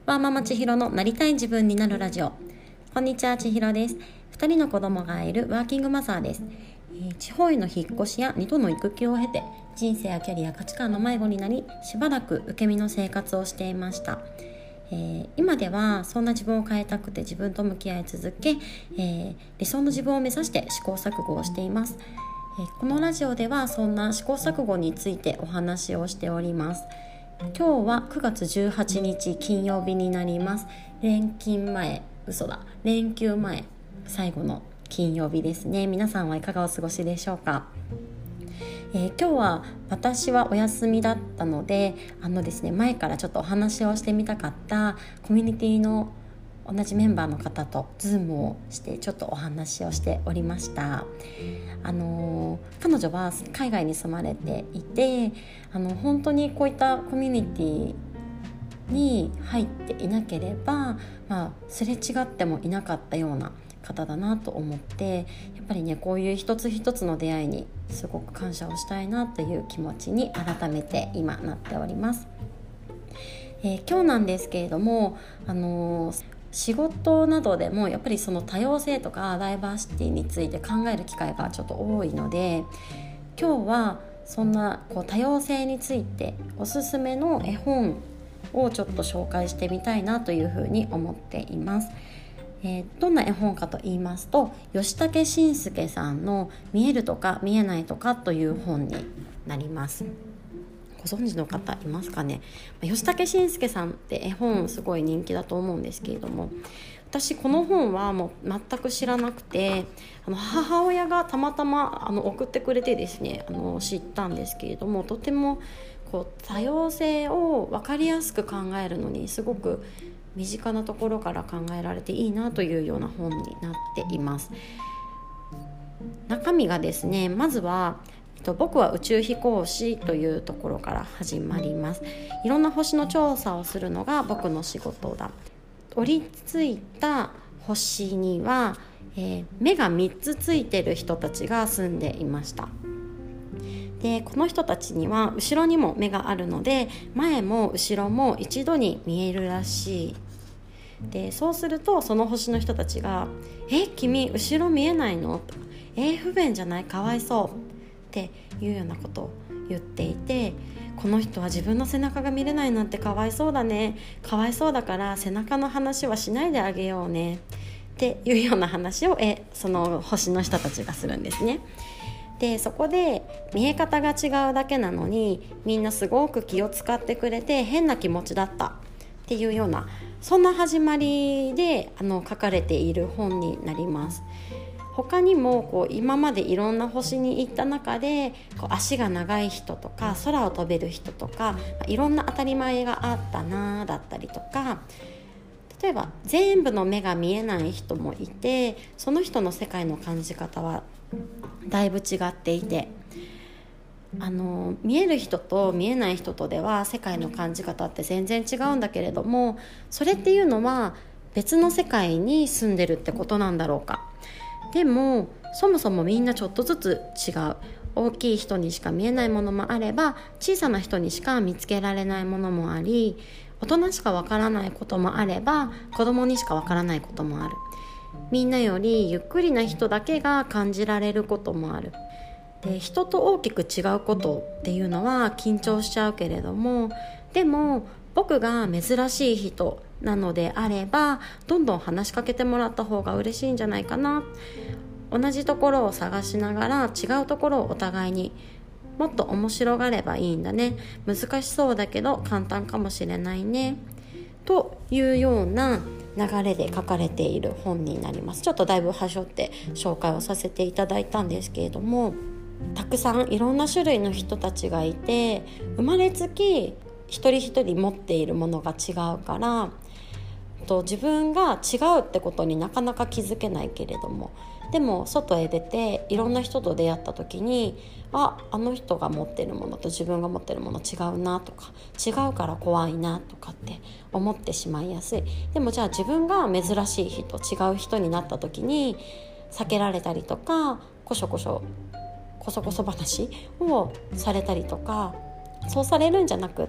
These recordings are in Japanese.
ワーママ千尋のなりたい自分になるラジオ。こんにちは、千尋です。2人の子供がいるワーキングマザーです。地方への引っ越しや2度の育休を経て、人生やキャリア、価値観の迷子になり、しばらく受け身の生活をしていました。今ではそんな自分を変えたくて自分と向き合い続け、理想の自分を目指して試行錯誤をしています。このラジオではそんな試行錯誤についてお話をしております。今日は9月18日金曜日になります。連休前最後の金曜日ですね。皆さんはいかがお過ごしでしょうか。今日は私はお休みだったのでですね、前からちょっとお話をしてみたかったコミュニティの同じメンバーの方とズームをしてちょっとお話をしておりました。彼女は海外に住まれていて本当にこういったコミュニティに入っていなければ、すれ違ってもいなかったような方だなと思って、やっぱりね、こういう一つ一つの出会いにすごく感謝をしたいなという気持ちに改めて今なっております。今日なんですけれども仕事などでもやっぱりその多様性とかダイバーシティについて考える機会がちょっと多いので、今日はそんな多様性についておすすめの絵本をちょっと紹介してみたいなというふうに思っています。どんな絵本かと言いますと、吉武慎介さんの見えるとか見えないとかという本になります。ご存知の方いますかね。吉武慎介さんって絵本すごい人気だと思うんですけれども、私この本はもう全く知らなくて母親がたまたま送ってくれてですね知ったんですけれども、とても多様性を分かりやすく考えるのにすごく身近なところから考えられていいなというような本になっています。中身がですね、まずは僕は宇宙飛行士というところから始まります。いろんな星の調査をするのが僕の仕事だ。降りついた星には、目が3つついてる人たちが住んでいました。でこの人たちには後ろにも目があるので、前も後ろも一度に見えるらしい。でそうするとその星の人たちが君後ろ見えないの？不便じゃない？かわいそうっていうようなことを言っていて、この人は自分の背中が見れないなんてかわいそうだね、かわいそうだから背中の話はしないであげようねっていうような話をその星の人たちがするんですね。でそこで見え方が違うだけなのにみんなすごく気を使ってくれて変な気持ちだったっていうような、そんな始まりで書かれている本になります。他にも今までいろんな星に行った中で足が長い人とか空を飛べる人とかいろんな当たり前があったなだったりとか、例えば全部の目が見えない人もいて、その人の世界の感じ方はだいぶ違っていて、見える人と見えない人とでは世界の感じ方って全然違うんだけれども、それっていうのは別の世界に住んでるってことなんだろうか。でもそもそもみんなちょっとずつ違う。大きい人にしか見えないものもあれば、小さな人にしか見つけられないものもあり、大人しかわからないこともあれば子供にしかわからないこともある。みんなよりゆっくりな人だけが感じられることもある。で人と大きく違うことっていうのは緊張しちゃうけれども、でも僕が珍しい人なのであればどんどん話しかけてもらった方が嬉しいんじゃないかな。同じところを探しながら違うところをお互いにもっと面白がればいいんだね、難しそうだけど簡単かもしれないねというような流れで書かれている本になります。ちょっとだいぶはしょって紹介をさせていただいたんですけれども、たくさんいろんな種類の人たちがいて、生まれつき一人一人持っているものが違うから自分が違うってことになかなか気づけないけれども、でも外へ出ていろんな人と出会った時にあの人が持ってるものと自分が持ってるもの違うなとか、違うから怖いなとかって思ってしまいやすい。でもじゃあ自分が珍しい人、違う人になった時に避けられたりとかこそこそ話をされたりとかそうされるんじゃなくって、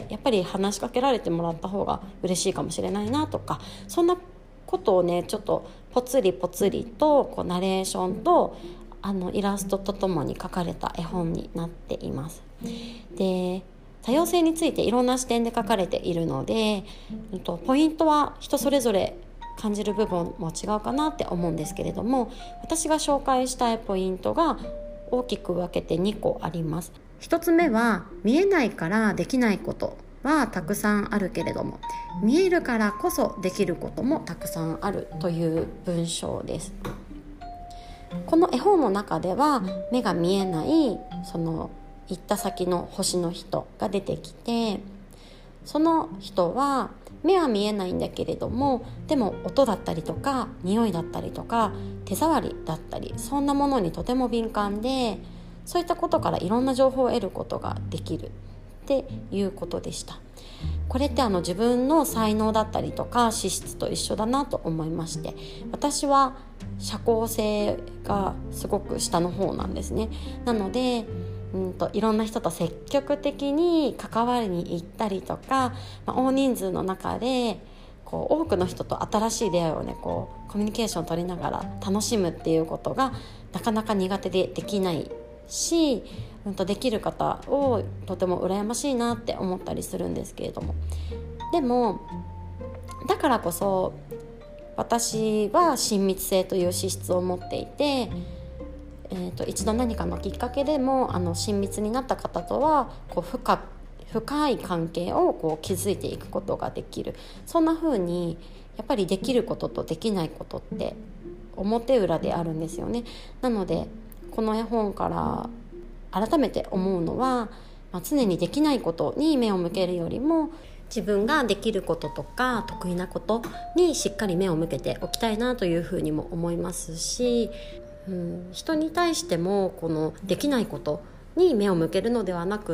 やっぱり話しかけられてもらった方が嬉しいかもしれないなとか、そんなことをねちょっとぽつりぽつりとこうナレーションとイラストとともに書かれた絵本になっています。で、多様性についていろんな視点で書かれているので、ポイントは人それぞれ感じる部分も違うかなって思うんですけれども、私が紹介したいポイントが大きく分けて2個あります。1つ目は、見えないからできないことはたくさんあるけれども、見えるからこそできることもたくさんあるという文章です。この絵本の中では目が見えないその行った先の星の人が出てきて、その人は目は見えないんだけれども、でも音だったりとか匂いだったりとか手触りだったり、そんなものにとても敏感で、そういったことからいろんな情報を得ることができるっていうことでした。これって自分の才能だったりとか資質と一緒だなと思いまして、私は社交性がすごく下の方なんですね。なのでいろんな人と積極的に関わりに行ったりとか、大人数の中で多くの人と新しい出会いをねコミュニケーションを取りながら楽しむっていうことがなかなか苦手でできないし、できる方をとても羨ましいなって思ったりするんですけれども、でもだからこそ私は親密性という資質を持っていて、一度何かのきっかけでも親密になった方とは深い関係を築いていくことができる。そんな風にやっぱりできることとできないことって表裏であるんですよね。なのでこの絵本から改めて思うのは、常にできないことに目を向けるよりも、自分ができることとか得意なことにしっかり目を向けておきたいなというふうにも思いますし、人に対してもこのできないことに目を向けるのではなくって、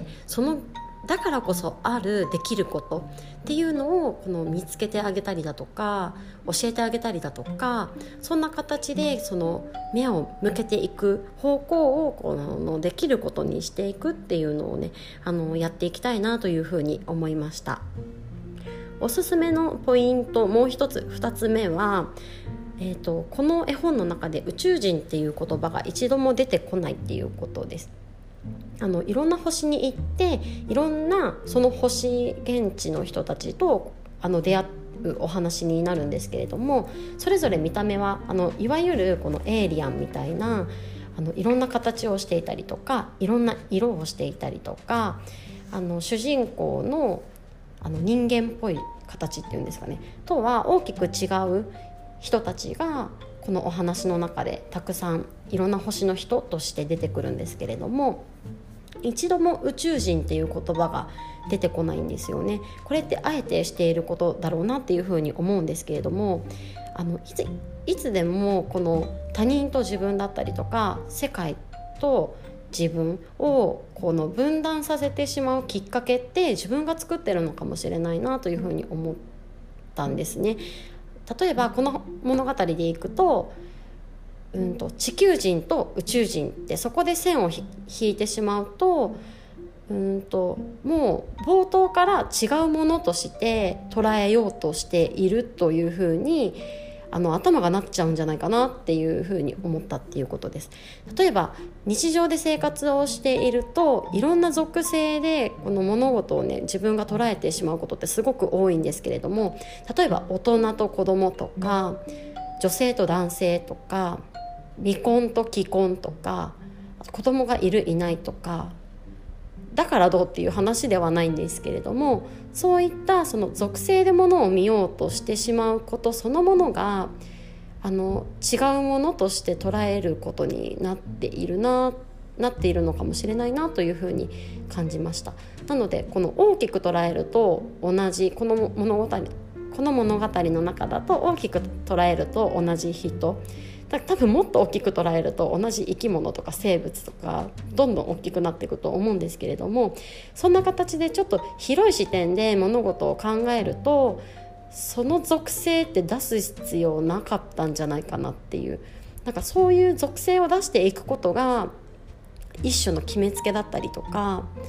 だからこそあるできることっていうのを見つけてあげたりだとか教えてあげたりだとか、そんな形でその目を向けていく方向をできることにしていくっていうのをねやっていきたいなというふうに思いました。おすすめのポイントもう一つ、2つ目はこの絵本の中で宇宙人っていう言葉が一度も出てこないっていうことです。いろんな星に行っていろんなその星現地の人たちと出会うお話になるんですけれども、それぞれ見た目はいわゆるこのエイリアンみたいないろんな形をしていたりとか、いろんな色をしていたりとか、主人公の人間っぽい形っていうんですかねとは大きく違う人たちがこのお話の中でたくさんいろんな星の人として出てくるんですけれども、一度も宇宙人っていう言葉が出てこないんですよね。これってあえてしていることだろうなっていうふうに思うんですけれども、いつでもこの他人と自分だったりとか世界と自分を分断させてしまうきっかけって自分が作ってるのかもしれないなというふうに思ったんですね。例えばこの物語でいくと、地球人と宇宙人ってそこで線を引いてしまうと、もう冒頭から違うものとして捉えようとしているというふうに頭がなっちゃうんじゃないかなっていうふうに思ったっていうことです。例えば日常で生活をしているといろんな属性でこの物事をね自分が捉えてしまうことってすごく多いんですけれども、例えば大人と子供とか女性と男性とか未婚と既婚とか子供がいるいないとか、だからどうっていう話ではないんですけれども、そういったその属性でものを見ようとしてしまうことそのものが違うものとして捉えることになっているのかもしれないなというふうに感じました。なのでこの大きく捉えると同じこの物語の中だと大きく捉えると同じ人、多分もっと大きく捉えると同じ生き物とか生物とかどんどん大きくなっていくと思うんですけれども、そんな形でちょっと広い視点で物事を考えるとその属性って出す必要なかったんじゃないかなっていう、そういう属性を出していくことが一種の決めつけだったりとか、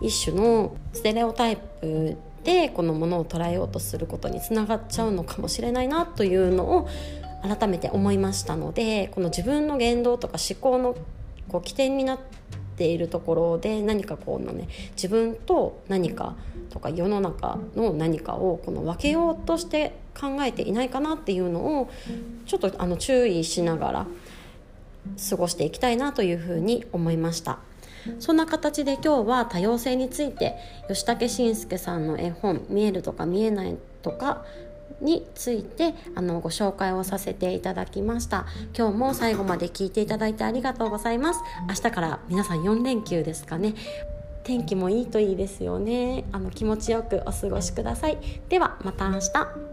一種のステレオタイプでこのものを捉えようとすることにつながっちゃうのかもしれないなというのを改めて思いましたので、この自分の言動とか思考の起点になっているところで何か自分と何かとか世の中の何かを分けようとして考えていないかなっていうのをちょっと注意しながら過ごしていきたいなというふうに思いました。そんな形で今日は多様性について吉武慎介さんの絵本見えるとか見えないとかについてご紹介をさせていただきました。今日も最後まで聞いていただいてありがとうございます。明日から皆さん4連休ですかね。天気もいいといいですよね。気持ちよくお過ごしください。ではまた明日。